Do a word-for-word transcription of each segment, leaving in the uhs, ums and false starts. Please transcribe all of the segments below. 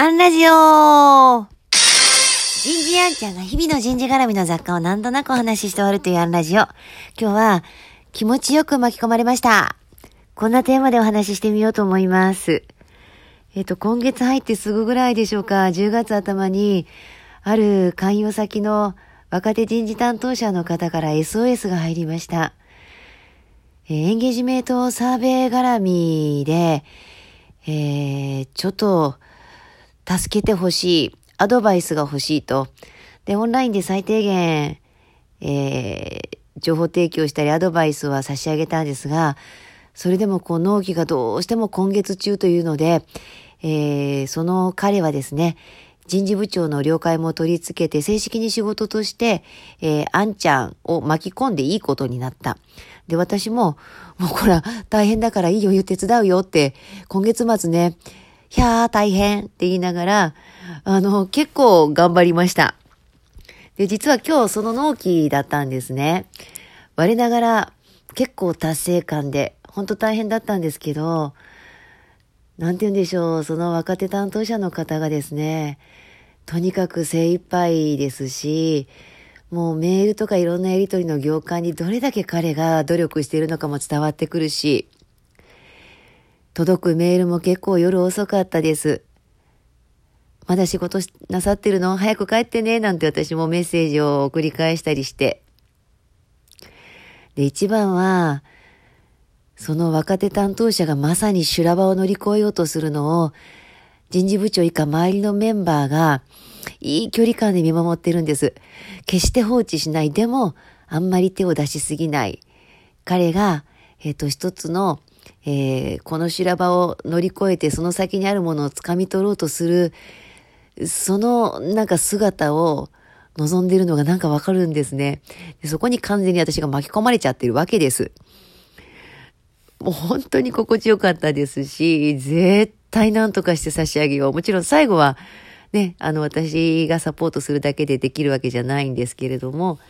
アンラジオ人事アンちゃんが日々の人事絡みの雑貨をなんとなくお話しして終わるというアンラジオ。今日は気持ちよく巻き込まれました。こんなテーマでお話ししてみようと思います。えっと、今月入ってすぐぐらいでしょうか、じゅうがつ頭に、ある勧誘先の若手人事担当者の方から エスオーエス が入りました。えー、エンゲージメントサーベイ絡みで、えー、ちょっと助けてほしい、アドバイスが欲しいと。で、オンラインで最低限、えー、情報提供したりアドバイスは差し上げたんですが、それでもこう納期がどうしても今月中というので、えー、その彼はですね、人事部長の了解も取り付けて正式に仕事として、えー、あんちゃんを巻き込んでいいことになった。で、私も、もうこら大変だからいいよ、手伝うよって、今月末ね、ひゃー大変って言いながら、あの、結構頑張りました。で、実は今日その納期だったんですね。我ながら結構達成感で、本当大変だったんですけど、なんて言うんでしょう、その若手担当者の方がですね、とにかく精一杯ですし、もうメールとかいろんなやり取りの行間にどれだけ彼が努力しているのかも伝わってくるし、届くメールも結構夜遅かったです。まだ仕事なさってるの？早く帰ってね、なんて私もメッセージを送り返したりして。で、一番は、その若手担当者がまさに修羅場を乗り越えようとするのを、人事部長以下周りのメンバーが、いい距離感で見守ってるんです。決して放置しない。でも、あんまり手を出しすぎない。彼が、えっと、一つの、えー、この修羅場を乗り越えてその先にあるものを掴み取ろうとする、そのなんか姿を望んでいるのがなんかわかるんですね。で、そこに完全に私が巻き込まれちゃってるわけです。もう本当に心地よかったですし、絶対なんとかして差し上げよう。もちろん最後はね、あの私がサポートするだけでできるわけじゃないんですけれども、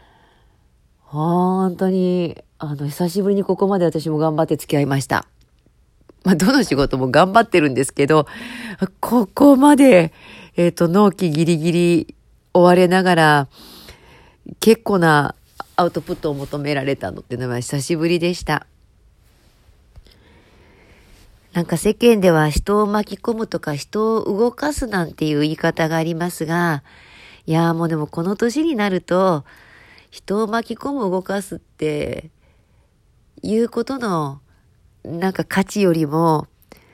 本当にあの久しぶりにここまで私も頑張って付き合いました。まあどの仕事も頑張ってるんですけど、ここまでえっと納期ギリギリ終われながら結構なアウトプットを求められたのっていうのは久しぶりでした。なんか世間では人を巻き込むとか人を動かすなんていう言い方がありますが、いやもうでもこの年になると人を巻き込む動かすっていうことのなんか価値よりも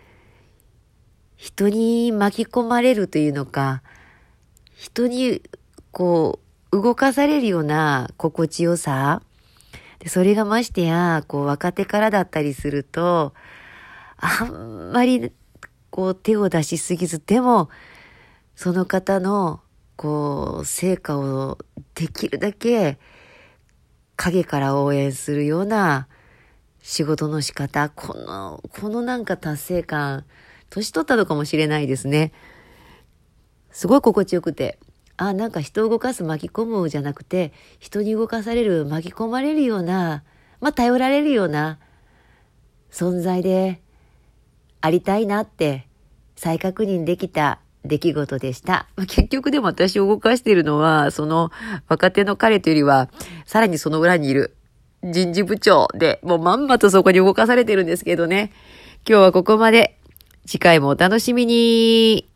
人に巻き込まれるというのか、人にこう動かされるような心地よさで、それがましてやこう若手からだったりするとあんまりこう手を出しすぎず、でもその方のこう成果をできるだけ影から応援するような仕事の仕方、このこのなんか達成感、年取ったのかもしれないですね。すごい心地よくて、あ、なんか人を動かす巻き込むじゃなくて、人に動かされる巻き込まれるような、まあ頼られるような存在でありたいなって再確認できた出来事でした。結局でも私を動かしているのはその若手の彼というよりはさらにその裏にいる人事部長で、もうまんまとそこに動かされてるんですけどね。今日はここまで。次回もお楽しみに。